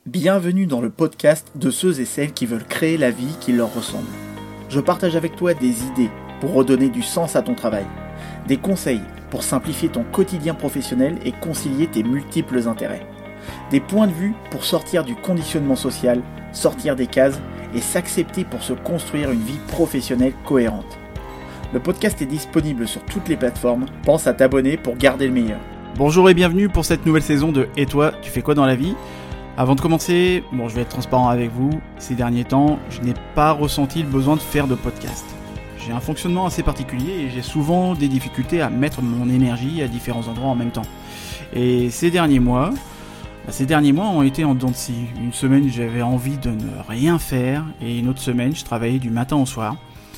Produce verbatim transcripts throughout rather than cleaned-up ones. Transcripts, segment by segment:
Bienvenue dans le podcast de ceux et celles qui veulent créer la vie qui leur ressemble. Je partage avec toi des idées pour redonner du sens à ton travail, des conseils pour simplifier ton quotidien professionnel et concilier tes multiples intérêts, des points de vue pour sortir du conditionnement social, sortir des cases et s'accepter pour se construire une vie professionnelle cohérente. Le podcast est disponible sur toutes les plateformes, pense à t'abonner pour garder le meilleur. Bonjour et bienvenue pour cette nouvelle saison de « Et toi, tu fais quoi dans la vie ?» Avant de commencer, bon, je vais être transparent avec vous, ces derniers temps, je n'ai pas ressenti le besoin de faire de podcast. J'ai un fonctionnement assez particulier et j'ai souvent des difficultés à mettre mon énergie à différents endroits en même temps. Et ces derniers mois, bah, ces derniers mois ont été en dents de scie. Une semaine, j'avais envie de ne rien faire et une autre semaine, je travaillais du matin au soir.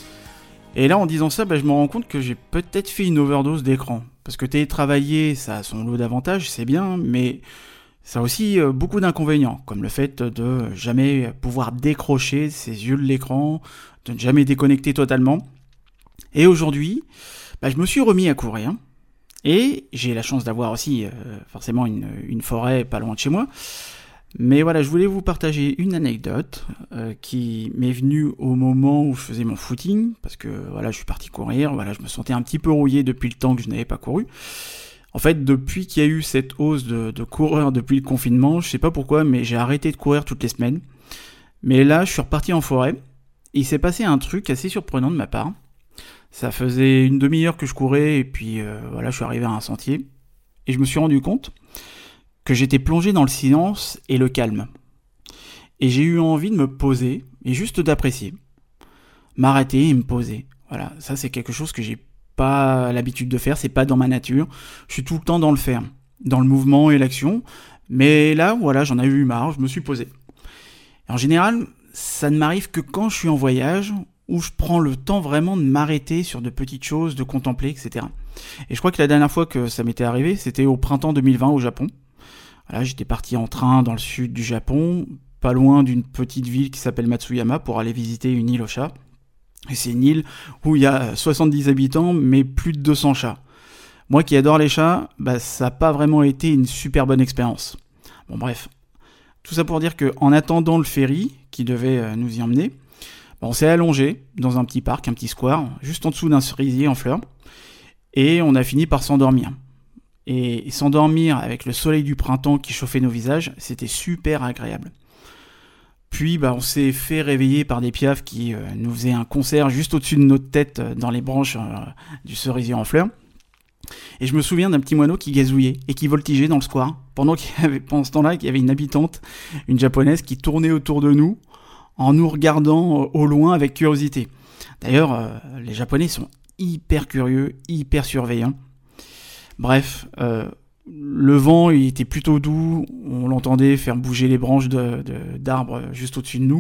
Et là, en disant ça, bah, je me rends compte que j'ai peut-être fait une overdose d'écran. Parce que télétravailler, ça a son lot d'avantages, c'est bien, mais ça a aussi beaucoup d'inconvénients, comme le fait de jamais pouvoir décrocher ses yeux de l'écran, de ne jamais déconnecter totalement. Et aujourd'hui, bah, je me suis remis à courir, et j'ai la chance d'avoir aussi euh, forcément une, une forêt pas loin de chez moi. Mais voilà, je voulais vous partager une anecdote euh, qui m'est venue au moment où je faisais mon footing, parce que voilà, je suis parti courir, voilà, je me sentais un petit peu rouillé depuis le temps que je n'avais pas couru. En fait, depuis qu'il y a eu cette hausse de, de coureurs depuis le confinement, je sais pas pourquoi, mais j'ai arrêté de courir toutes les semaines. Mais là, je suis reparti en forêt, et il s'est passé un truc assez surprenant de ma part. Ça faisait une demi-heure que je courais, et puis euh, voilà, je suis arrivé à un sentier, et je me suis rendu compte que j'étais plongé dans le silence et le calme. Et j'ai eu envie de me poser, et juste d'apprécier. M'arrêter et me poser. Voilà, ça c'est quelque chose que j'ai pas l'habitude de faire, c'est pas dans ma nature. Je suis tout le temps dans le faire, dans le mouvement et l'action. Mais là, voilà, j'en ai eu marre, je me suis posé. En général, ça ne m'arrive que quand je suis en voyage, où je prends le temps vraiment de m'arrêter sur de petites choses, de contempler, et cetera. Et je crois que la dernière fois que ça m'était arrivé, c'était au printemps deux mille vingt au Japon. Voilà, j'étais parti en train dans le sud du Japon, pas loin d'une petite ville qui s'appelle Matsuyama, pour aller visiter une île aux chats. Et c'est une île où il y a soixante-dix habitants, mais plus de deux cents chats. Moi qui adore les chats, bah, ça n'a pas vraiment été une super bonne expérience. Bon bref, tout ça pour dire qu'en attendant le ferry qui devait nous y emmener, bah, on s'est allongé dans un petit parc, un petit square, juste en dessous d'un cerisier en fleurs, et on a fini par s'endormir. Et s'endormir avec le soleil du printemps qui chauffait nos visages, c'était super agréable. Puis bah, on s'est fait réveiller par des piafs qui euh, nous faisaient un concert juste au-dessus de notre tête, euh, dans les branches euh, du cerisier en fleurs. Et je me souviens d'un petit moineau qui gazouillait et qui voltigeait dans le square, pendant, qu'il y avait, pendant ce temps-là, qu'il y avait une habitante, une japonaise, qui tournait autour de nous, en nous regardant euh, au loin avec curiosité. D'ailleurs, euh, les Japonais sont hyper curieux, hyper surveillants. Bref, euh, le vent il était plutôt doux, on l'entendait faire bouger les branches de, de, d'arbres juste au-dessus de nous.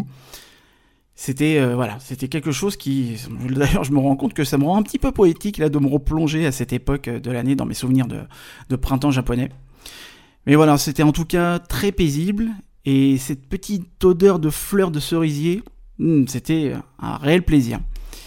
C'était euh, voilà, c'était quelque chose qui, d'ailleurs je me rends compte que ça me rend un petit peu poétique là de me replonger à cette époque de l'année dans mes souvenirs de, de printemps japonais. Mais voilà, c'était en tout cas très paisible, et cette petite odeur de fleurs de cerisier, hmm, c'était un réel plaisir.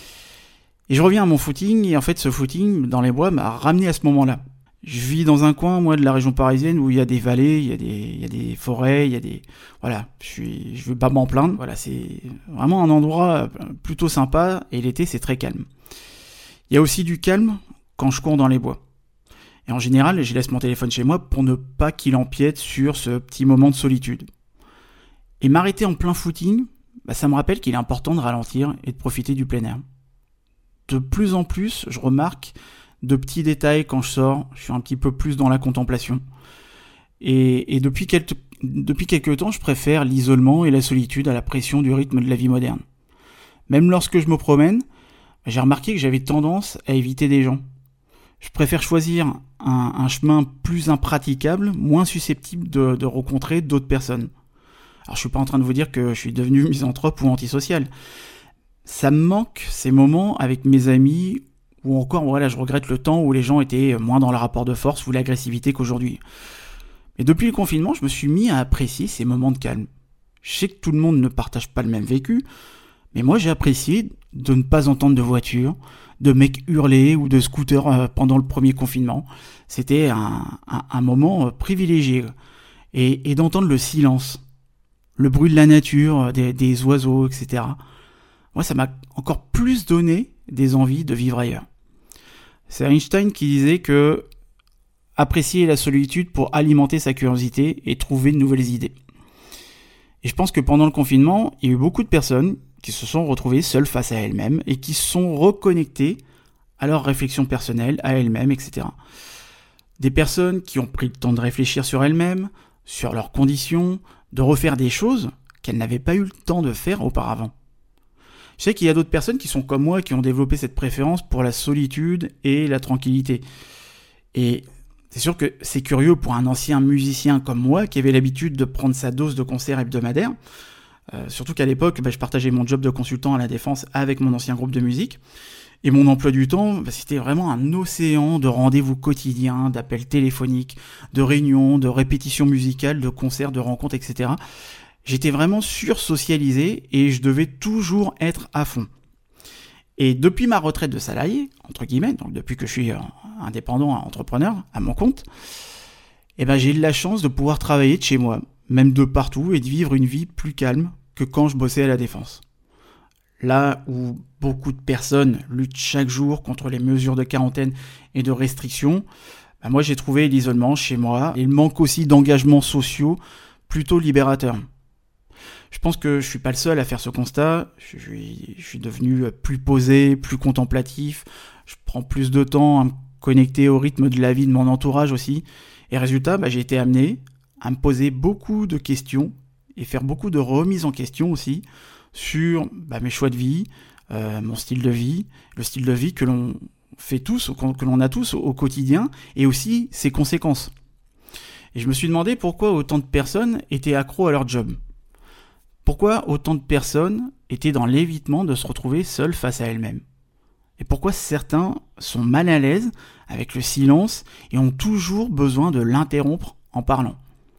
Et je reviens à mon footing, et en fait ce footing dans les bois m'a ramené à ce moment-là. Je vis dans un coin, moi, de la région parisienne où il y a des vallées, il y a des, il y a des forêts, il y a des... Voilà, je suis, je veux pas m'en plaindre. Voilà, c'est vraiment un endroit plutôt sympa, et l'été, c'est très calme. Il y a aussi du calme quand je cours dans les bois. Et en général, je laisse mon téléphone chez moi pour ne pas qu'il empiète sur ce petit moment de solitude. Et m'arrêter en plein footing, bah, ça me rappelle qu'il est important de ralentir et de profiter du plein air. De plus en plus, je remarque de petits détails quand je sors, je suis un petit peu plus dans la contemplation. Et, et depuis, quelques, depuis quelques temps, je préfère l'isolement et la solitude à la pression du rythme de la vie moderne. Même lorsque je me promène, j'ai remarqué que j'avais tendance à éviter des gens. Je préfère choisir un, un chemin plus impraticable, moins susceptible de, de rencontrer d'autres personnes. Alors je suis pas en train de vous dire que je suis devenu misanthrope ou antisocial. Ça me manque ces moments avec mes amis, ou encore, voilà, je regrette le temps où les gens étaient moins dans le rapport de force ou l'agressivité qu'aujourd'hui. Mais depuis le confinement, je me suis mis à apprécier ces moments de calme. Je sais que tout le monde ne partage pas le même vécu, mais moi j'ai apprécié de ne pas entendre de voitures, de mecs hurler ou de scooters pendant le premier confinement. C'était un, un, un moment privilégié. Et, et d'entendre le silence. le bruit de la nature, des, des oiseaux, et cetera. Moi, ça m'a encore plus donné des envies de vivre ailleurs. C'est Einstein qui disait que apprécier la solitude pour alimenter sa curiosité et trouver de nouvelles idées. Et je pense que pendant le confinement, il y a eu beaucoup de personnes qui se sont retrouvées seules face à elles-mêmes et qui se sont reconnectées à leurs réflexions personnelles, à elles-mêmes, et cetera. Des personnes qui ont pris le temps de réfléchir sur elles-mêmes, sur leurs conditions, de refaire des choses qu'elles n'avaient pas eu le temps de faire auparavant. Je sais qu'il y a d'autres personnes qui sont comme moi, qui ont développé cette préférence pour la solitude et la tranquillité. Et c'est sûr que c'est curieux pour un ancien musicien comme moi, qui avait l'habitude de prendre sa dose de concerts hebdomadaires, euh, surtout qu'à l'époque, bah, je partageais mon job de consultant à la Défense avec mon ancien groupe de musique, et mon emploi du temps, bah, c'était vraiment un océan de rendez-vous quotidiens, d'appels téléphoniques, de réunions, de répétitions musicales, de concerts, de rencontres, et cetera. J'étais vraiment sur-socialisé et je devais toujours être à fond. Et depuis ma retraite de salarié, entre guillemets, donc depuis que je suis indépendant, entrepreneur, à mon compte, eh ben j'ai eu la chance de pouvoir travailler de chez moi, même de partout, et de vivre une vie plus calme que quand je bossais à la Défense. Là où beaucoup de personnes luttent chaque jour contre les mesures de quarantaine et de restrictions, ben moi j'ai trouvé l'isolement chez moi et le manque aussi d'engagements sociaux plutôt libérateurs. Je pense que je suis pas le seul à faire ce constat. Je suis, je suis devenu plus posé, plus contemplatif. Je prends plus de temps à me connecter au rythme de la vie de mon entourage aussi. Et résultat, bah, j'ai été amené à me poser beaucoup de questions et faire beaucoup de remises en question aussi sur bah, mes choix de vie, euh, mon style de vie, le style de vie que l'on fait tous, que l'on a tous au quotidien, et aussi ses conséquences. Et je me suis demandé pourquoi autant de personnes étaient accros à leur job. Pourquoi autant de personnes étaient dans l'évitement de se retrouver seules face à elles-mêmes? Et pourquoi certains sont mal à l'aise avec le silence et ont toujours besoin de l'interrompre en parlant?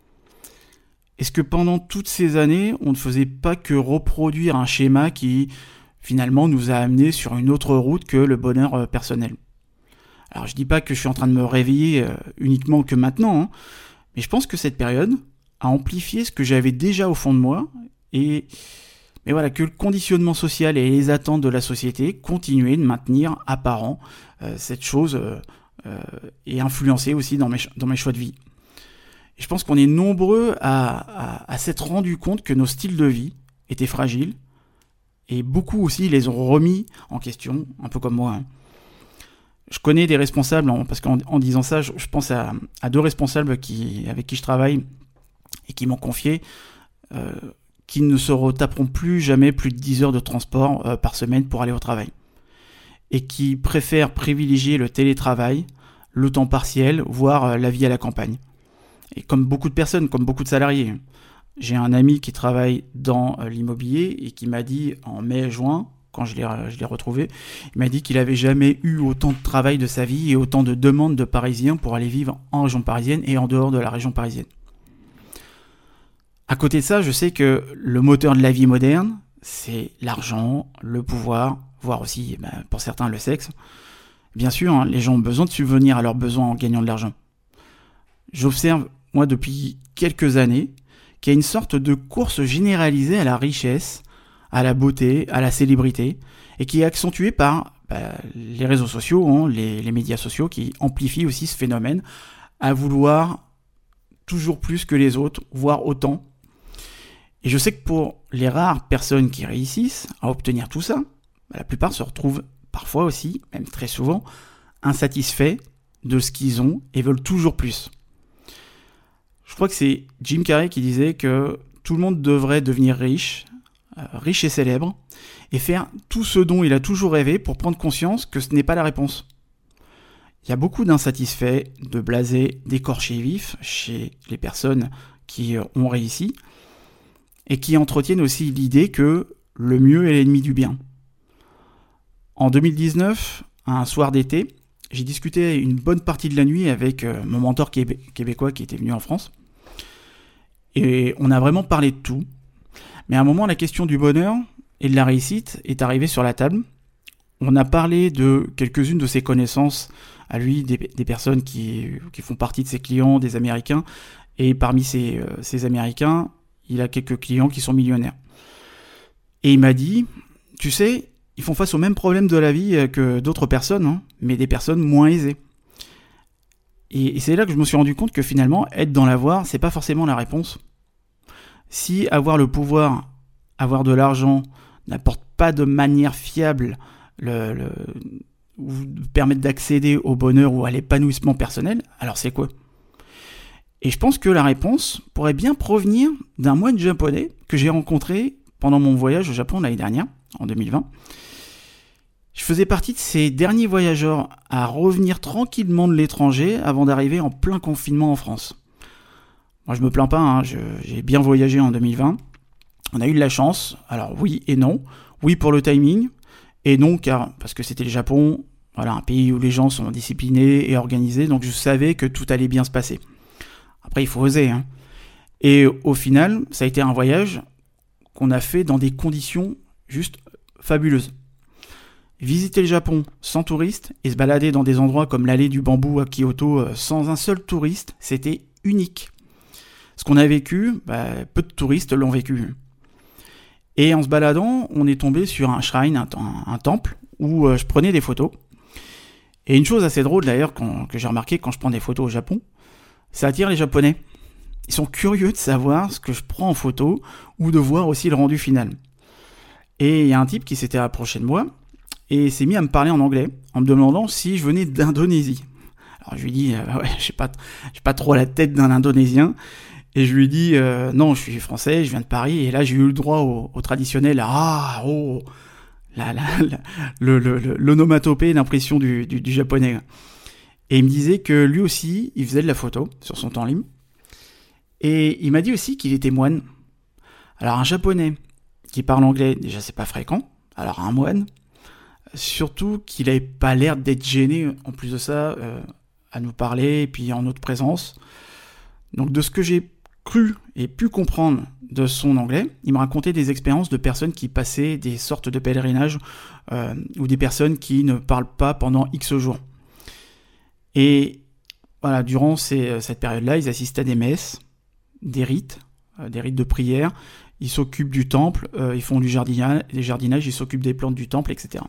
Est-ce que pendant toutes ces années, on ne faisait pas que reproduire un schéma qui, finalement, nous a amenés sur une autre route que le bonheur personnel? Alors, je dis pas que je suis en train de me réveiller euh, uniquement que maintenant, hein, mais je pense que cette période a amplifié ce que j'avais déjà au fond de moi, et mais voilà, que le conditionnement social et les attentes de la société continuaient de maintenir apparent euh, cette chose euh, euh, et influencer aussi dans mes, dans mes choix de vie. Et je pense qu'on est nombreux à, à, à s'être rendu compte que nos styles de vie étaient fragiles, et beaucoup aussi les ont remis en question, un peu comme moi. Hein. Je connais des responsables, parce qu'en en disant ça, je, je pense à, à deux responsables qui, avec qui je travaille et qui m'ont confié euh, qui ne se retaperont plus jamais plus de dix heures de transport euh, par semaine pour aller au travail. Et qui préfèrent privilégier le télétravail, le temps partiel, voire euh, la vie à la campagne. Et comme beaucoup de personnes, comme beaucoup de salariés. J'ai un ami qui travaille dans euh, l'immobilier et qui m'a dit en mai-juin, quand je l'ai, je l'ai retrouvé, il m'a dit qu'il n'avait jamais eu autant de travail de sa vie et autant de demandes de Parisiens pour aller vivre en région parisienne et en dehors de la région parisienne. À côté de ça, je sais que le moteur de la vie moderne, c'est l'argent, le pouvoir, voire aussi, ben, pour certains, le sexe. Bien sûr, hein, les gens ont besoin de subvenir à leurs besoins en gagnant de l'argent. J'observe, moi, depuis quelques années, qu'il y a une sorte de course généralisée à la richesse, à la beauté, à la célébrité, et qui est accentuée par bah, les réseaux sociaux, hein, les, les médias sociaux, qui amplifient aussi ce phénomène, à vouloir toujours plus que les autres, voire autant. Et je sais que pour les rares personnes qui réussissent à obtenir tout ça, bah, la plupart se retrouvent parfois aussi, même très souvent, insatisfaits de ce qu'ils ont et veulent toujours plus. Je crois que c'est Jim Carrey qui disait que tout le monde devrait devenir riche, euh, riche et célèbre, et faire tout ce dont il a toujours rêvé pour prendre conscience que ce n'est pas la réponse. Il y a beaucoup d'insatisfaits, de blasés, d'écorchés vifs chez les personnes qui ont réussi, et qui entretiennent aussi l'idée que le mieux est l'ennemi du bien. En deux mille dix-neuf, un soir d'été, j'ai discuté une bonne partie de la nuit avec mon mentor québé- québécois qui était venu en France. Et on a vraiment parlé de tout. Mais à un moment, la question du bonheur et de la réussite est arrivée sur la table. On a parlé de quelques-unes de ses connaissances à lui, des, des personnes qui, qui font partie de ses clients, des Américains. Et parmi ces, euh, ces Américains, il a quelques clients qui sont millionnaires. Et il m'a dit, tu sais, ils font face aux mêmes problèmes de la vie que d'autres personnes, hein, mais des personnes moins aisées. Et, et c'est là que je me suis rendu compte que finalement, être dans l'avoir, c'est pas forcément la réponse. Si avoir le pouvoir, avoir de l'argent, n'apporte pas de manière fiable le, le, ou permettre d'accéder au bonheur ou à l'épanouissement personnel, alors c'est quoi ? Et je pense que la réponse pourrait bien provenir d'un moine japonais que j'ai rencontré pendant mon voyage au Japon l'année dernière, en deux mille vingt. Je faisais partie de ces derniers voyageurs à revenir tranquillement de l'étranger avant d'arriver en plein confinement en France. Moi je me plains pas, hein, je, j'ai bien voyagé en deux mille vingt. On a eu de la chance, alors oui et non. Oui pour le timing, et non car, parce que c'était le Japon, voilà, un pays où les gens sont disciplinés et organisés, donc je savais que tout allait bien se passer. Après il faut oser, hein. Et au final, ça a été un voyage qu'on a fait dans des conditions juste fabuleuses. Visiter le Japon sans touristes et se balader dans des endroits comme l'allée du bambou à Kyoto sans un seul touriste, c'était unique. Ce qu'on a vécu, bah, peu de touristes l'ont vécu. Et en se baladant, on est tombé sur un shrine, un, un, un temple, où euh, je prenais des photos. Et une chose assez drôle d'ailleurs quand, que j'ai remarqué quand je prends des photos au Japon, ça attire les Japonais. Ils sont curieux de savoir ce que je prends en photo ou de voir aussi le rendu final. Et il y a un type qui s'était approché de moi et s'est mis à me parler en anglais en me demandant si je venais d'Indonésie. Alors je lui dis, euh, ouais, je n'ai pas, j'ai pas trop la tête d'un Indonésien. Et je lui dis, euh, non, je suis français, je viens de Paris. Et là, j'ai eu le droit au, au traditionnel, ah, oh, la, la, la, le, le, le, l'onomatopée, l'impression du, du, du japonais. Et il me disait que lui aussi, il faisait de la photo sur son temps libre. Et il m'a dit aussi qu'il était moine. Alors un japonais qui parle anglais, déjà c'est pas fréquent. Alors un moine, surtout qu'il n'avait pas l'air d'être gêné, en plus de ça, euh, à nous parler, et puis en notre présence. Donc de ce que j'ai cru et pu comprendre de son anglais, il me racontait des expériences de personnes qui passaient des sortes de pèlerinages, euh, ou des personnes qui ne parlent pas pendant X jours. Et voilà, durant ces, cette période-là, ils assistent à des messes, des rites, euh, des rites de prière, ils s'occupent du temple, euh, ils font du jardinage, des jardinages, ils s'occupent des plantes du temple, et cetera.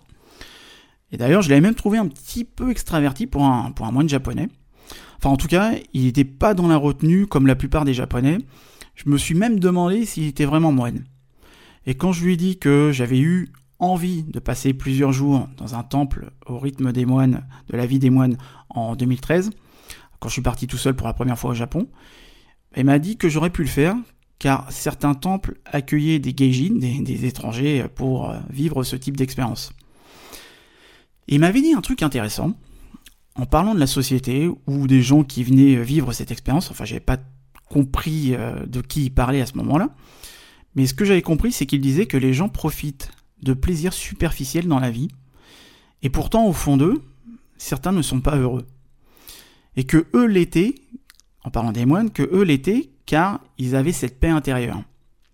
Et d'ailleurs, je l'avais même trouvé un petit peu extraverti pour un, pour un moine japonais. Enfin, en tout cas, il n'était pas dans la retenue comme la plupart des Japonais. Je me suis même demandé s'il était vraiment moine. Et quand je lui ai dit que j'avais eu envie de passer plusieurs jours dans un temple au rythme des moines, de la vie des moines en deux mille treize, quand je suis parti tout seul pour la première fois au Japon, il m'a dit que j'aurais pu le faire, car certains temples accueillaient des gaijin, des, des étrangers, pour vivre ce type d'expérience. Et il m'avait dit un truc intéressant, en parlant de la société, ou des gens qui venaient vivre cette expérience, enfin j'avais pas compris de qui il parlait à ce moment-là, mais ce que j'avais compris, c'est qu'il disait que les gens profitent de plaisirs superficiels dans la vie, et pourtant au fond d'eux, certains ne sont pas heureux. Et que eux l'étaient, en parlant des moines, que eux l'étaient, car ils avaient cette paix intérieure.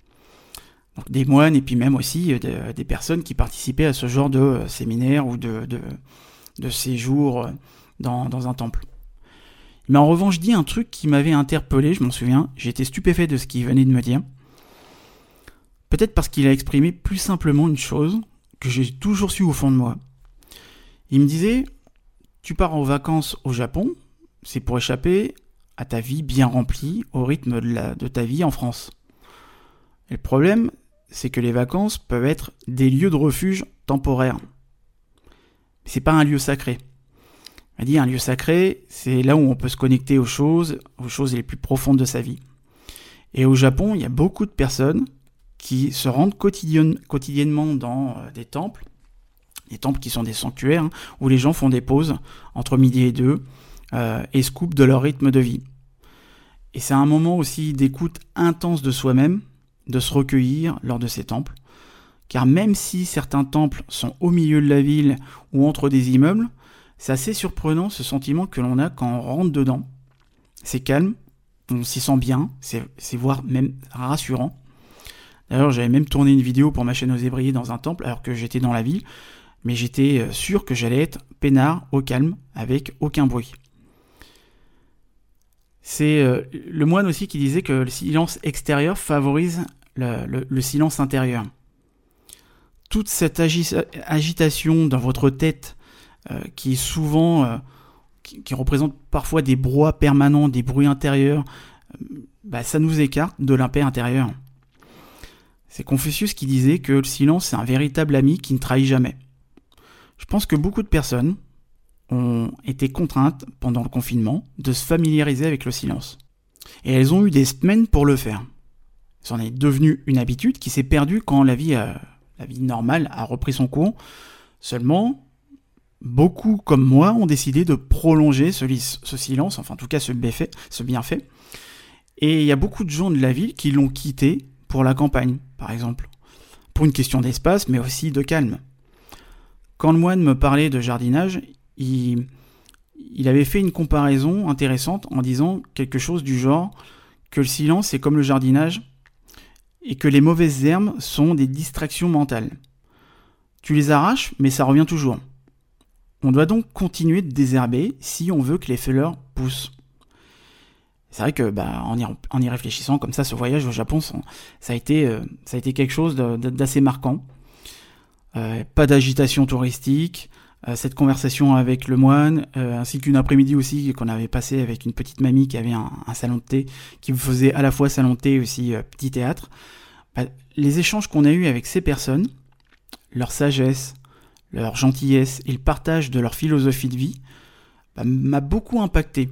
Donc des moines, et puis même aussi de, des personnes qui participaient à ce genre de séminaire ou de, de, de séjour dans, dans un temple. Il m'a en revanche dit un truc qui m'avait interpellé, je m'en souviens, j'étais stupéfait de ce qu'il venait de me dire. Peut-être parce qu'il a exprimé plus simplement une chose que j'ai toujours su au fond de moi. Il me disait, tu pars en vacances au Japon, c'est pour échapper à ta vie bien remplie, au rythme de, la, de ta vie en France. Et le problème, c'est que les vacances peuvent être des lieux de refuge temporaires. Mais c'est pas un lieu sacré. Il m'a dit, un lieu sacré, c'est là où on peut se connecter aux choses, aux choses les plus profondes de sa vie. Et au Japon, il y a beaucoup de personnes qui se rendent quotidien, quotidiennement dans des temples, des temples qui sont des sanctuaires, hein, où les gens font des pauses entre midi et deux, euh, et se coupent de leur rythme de vie. Et c'est un moment aussi d'écoute intense de soi-même, de se recueillir lors de ces temples, car même si certains temples sont au milieu de la ville ou entre des immeubles, c'est assez surprenant ce sentiment que l'on a quand on rentre dedans. C'est calme, on s'y sent bien, c'est, c'est voire même rassurant. D'ailleurs, j'avais même tourné une vidéo pour ma chaîne Aux Ébriers dans un temple, alors que j'étais dans la ville, mais j'étais sûr que j'allais être peinard, au calme, avec aucun bruit. C'est euh, le moine aussi qui disait que le silence extérieur favorise le, le, le silence intérieur. Toute cette agi- agitation dans votre tête euh, qui est souvent, euh, qui, qui représente parfois des brouhahs permanents, des bruits intérieurs, euh, bah, ça nous écarte de la paix intérieure. C'est Confucius qui disait que le silence c'est un véritable ami qui ne trahit jamais. Je pense que beaucoup de personnes ont été contraintes pendant le confinement de se familiariser avec le silence. Et elles ont eu des semaines pour le faire. C'en est devenu une habitude qui s'est perdue quand la vie, euh, la vie normale a repris son cours. Seulement, beaucoup comme moi ont décidé de prolonger ce, ce silence, enfin en tout cas ce bienfait, ce bienfait. Et il y a beaucoup de gens de la ville qui l'ont quitté pour la campagne, par exemple. Pour une question d'espace, mais aussi de calme. Quand le moine me parlait de jardinage, il, il avait fait une comparaison intéressante en disant quelque chose du genre que le silence est comme le jardinage et que les mauvaises herbes sont des distractions mentales. Tu les arraches, mais ça revient toujours. On doit donc continuer de désherber si on veut que les fleurs poussent. C'est vrai que, bah, en, y, en y réfléchissant comme ça, ce voyage au Japon, ça, ça, a, été, euh, ça a été quelque chose de, de, d'assez marquant. Euh, pas d'agitation touristique, euh, cette conversation avec le moine, euh, ainsi qu'une après-midi aussi qu'on avait passé avec une petite mamie qui avait un, un salon de thé, qui me faisait à la fois salon de thé et aussi euh, petit théâtre. Bah, les échanges qu'on a eus avec ces personnes, leur sagesse, leur gentillesse et le partage de leur philosophie de vie, bah, m'a beaucoup impacté.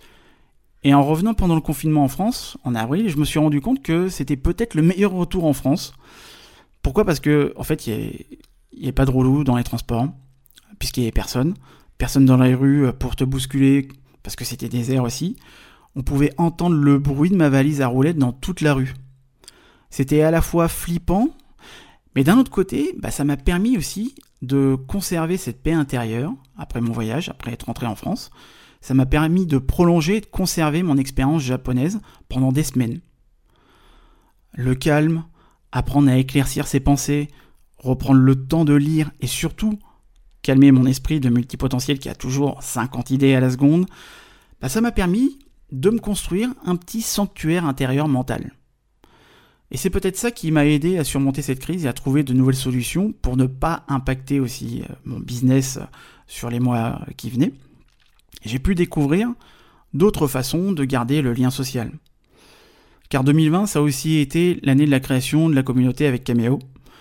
Et en revenant pendant le confinement en France, en avril, je me suis rendu compte que c'était peut-être le meilleur retour en France. Pourquoi ? Parce que, en fait, il n'y a pas de relou dans les transports, puisqu'il n'y avait personne. Personne dans la rue pour te bousculer, parce que c'était désert aussi. On pouvait entendre le bruit de ma valise à roulettes dans toute la rue. C'était à la fois flippant, mais d'un autre côté, bah, ça m'a permis aussi de conserver cette paix intérieure, après mon voyage, après être rentré en France. Ça m'a permis de prolonger et de conserver mon expérience japonaise pendant des semaines. Le calme, apprendre à éclaircir ses pensées, reprendre le temps de lire et surtout calmer mon esprit de multipotentiel qui a toujours cinquante idées à la seconde, bah ça m'a permis de me construire un petit sanctuaire intérieur mental. Et c'est peut-être ça qui m'a aidé à surmonter cette crise et à trouver de nouvelles solutions pour ne pas impacter aussi mon business sur les mois qui venaient. J'ai pu découvrir d'autres façons de garder le lien social. Car deux mille vingt, ça a aussi été l'année de la création de la communauté avec Cameo.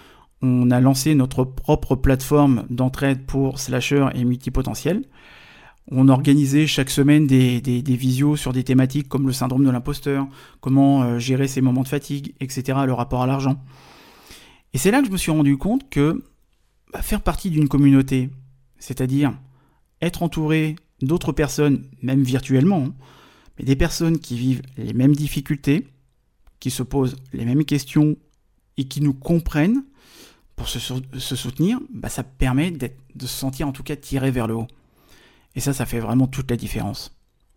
On a lancé notre propre plateforme d'entraide pour slashers et multipotentiels. On organisait chaque semaine des, des, des visios sur des thématiques comme le syndrome de l'imposteur, comment euh, gérer ses moments de fatigue, et cetera, le rapport à l'argent. Et c'est là que je me suis rendu compte que bah, faire partie d'une communauté, c'est-à-dire être entouré d'autres personnes, même virtuellement, hein, mais des personnes qui vivent les mêmes difficultés, qui se posent les mêmes questions et qui nous comprennent pour se, se soutenir, bah ça permet d'être, de se sentir en tout cas tiré vers le haut. Et ça, ça fait vraiment toute la différence.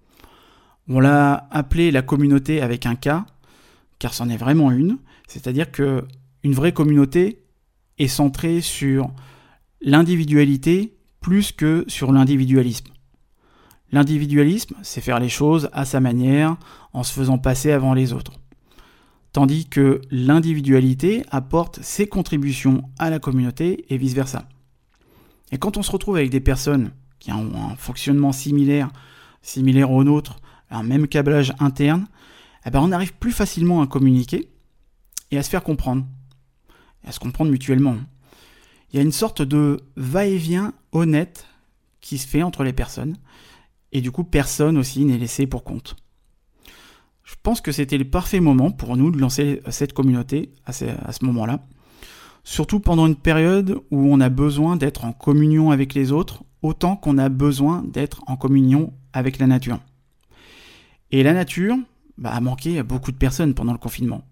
On l'a appelé la communauté avec un K, car c'en est vraiment une, c'est-à-dire que une vraie communauté est centrée sur l'individualité plus que sur l'individualisme. L'individualisme, c'est faire les choses à sa manière, en se faisant passer avant les autres. Tandis que l'individualité apporte ses contributions à la communauté et vice-versa. Et quand on se retrouve avec des personnes qui ont un fonctionnement similaire, similaire au nôtre, un même câblage interne, eh ben on arrive plus facilement à communiquer et à se faire comprendre, et à se comprendre mutuellement. Il y a une sorte de va-et-vient honnête qui se fait entre les personnes, et du coup personne aussi n'est laissé pour compte. Je pense que c'était le parfait moment pour nous de lancer cette communauté à ce, à ce moment-là, surtout pendant une période où on a besoin d'être en communion avec les autres, autant qu'on a besoin d'être en communion avec la nature. Et la nature bah, a manqué à beaucoup de personnes pendant le confinement.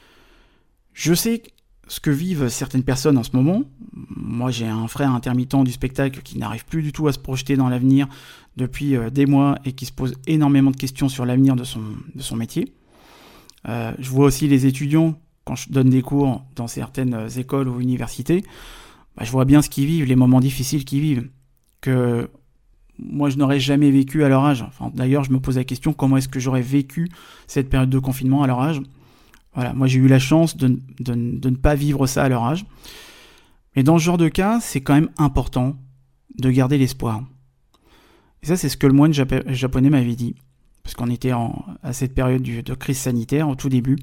Je sais ce que vivent certaines personnes en ce moment. Moi, j'ai un frère intermittent du spectacle qui n'arrive plus du tout à se projeter dans l'avenir depuis euh, des mois et qui se pose énormément de questions sur l'avenir de son, de son métier. Euh, je vois aussi les étudiants, quand je donne des cours dans certaines écoles ou universités, bah, je vois bien ce qu'ils vivent, les moments difficiles qu'ils vivent. Que moi je n'aurais jamais vécu à leur âge. Enfin, d'ailleurs, je me pose la question, comment est-ce que j'aurais vécu cette période de confinement à leur âge ? Voilà, moi j'ai eu la chance de, de, de ne pas vivre ça à leur âge. Mais dans ce genre de cas, c'est quand même important de garder l'espoir. Et ça, c'est ce que le moine jap- japonais m'avait dit. Parce qu'on était en, à cette période du, de crise sanitaire, au tout début.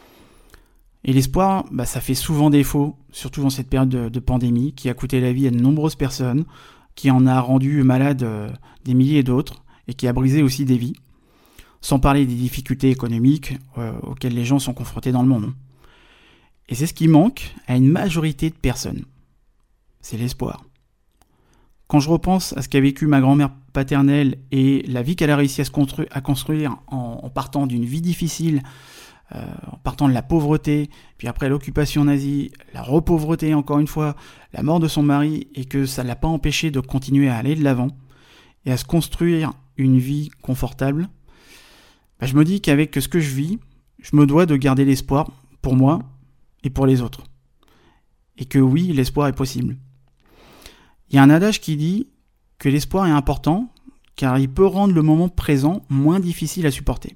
Et l'espoir, bah, ça fait souvent défaut, surtout dans cette période de, de pandémie, qui a coûté la vie à de nombreuses personnes, qui en a rendu malades euh, des milliers d'autres, et qui a brisé aussi des vies. Sans parler des difficultés économiques euh, auxquelles les gens sont confrontés dans le monde. Et c'est ce qui manque à une majorité de personnes. C'est l'espoir. Quand je repense à ce qu'a vécu ma grand-mère paternelle et la vie qu'elle a réussi à, se constru- à construire en, en partant d'une vie difficile, euh, en partant de la pauvreté, puis après l'occupation nazie, la repauvreté encore une fois, la mort de son mari, et que ça ne l'a pas empêché de continuer à aller de l'avant et à se construire une vie confortable, bah je me dis qu'avec ce que je vis, je me dois de garder l'espoir pour moi et pour les autres. Et que oui, l'espoir est possible. Il y a un adage qui dit que l'espoir est important car il peut rendre le moment présent moins difficile à supporter.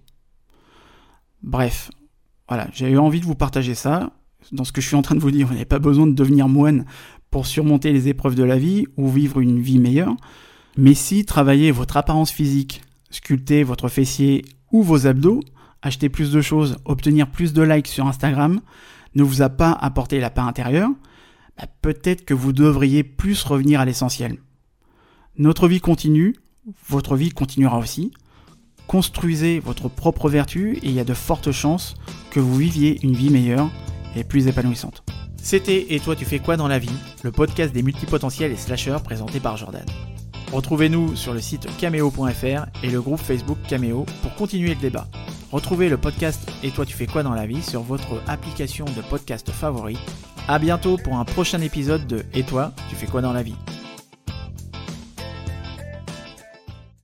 Bref, voilà, j'ai eu envie de vous partager ça. Dans ce que je suis en train de vous dire, vous n'avez pas besoin de devenir moine pour surmonter les épreuves de la vie ou vivre une vie meilleure. Mais si travailler votre apparence physique, sculpter votre fessier ou vos abdos, acheter plus de choses, obtenir plus de likes sur Instagram, ne vous a pas apporté la paix intérieure, bah peut-être que vous devriez plus revenir à l'essentiel. Notre vie continue, votre vie continuera aussi. Construisez votre propre vertu et il y a de fortes chances que vous viviez une vie meilleure et plus épanouissante. C'était « Et toi tu fais quoi dans la vie ?», le podcast des multipotentiels et slasheurs présenté par Jordan. Retrouvez-nous sur le site cameo point f r et le groupe Facebook Cameo pour continuer le débat. Retrouvez le podcast « Et toi tu fais quoi dans la vie ?» sur votre application de podcast favori. À bientôt pour un prochain épisode de « Et toi tu fais quoi dans la vie ?»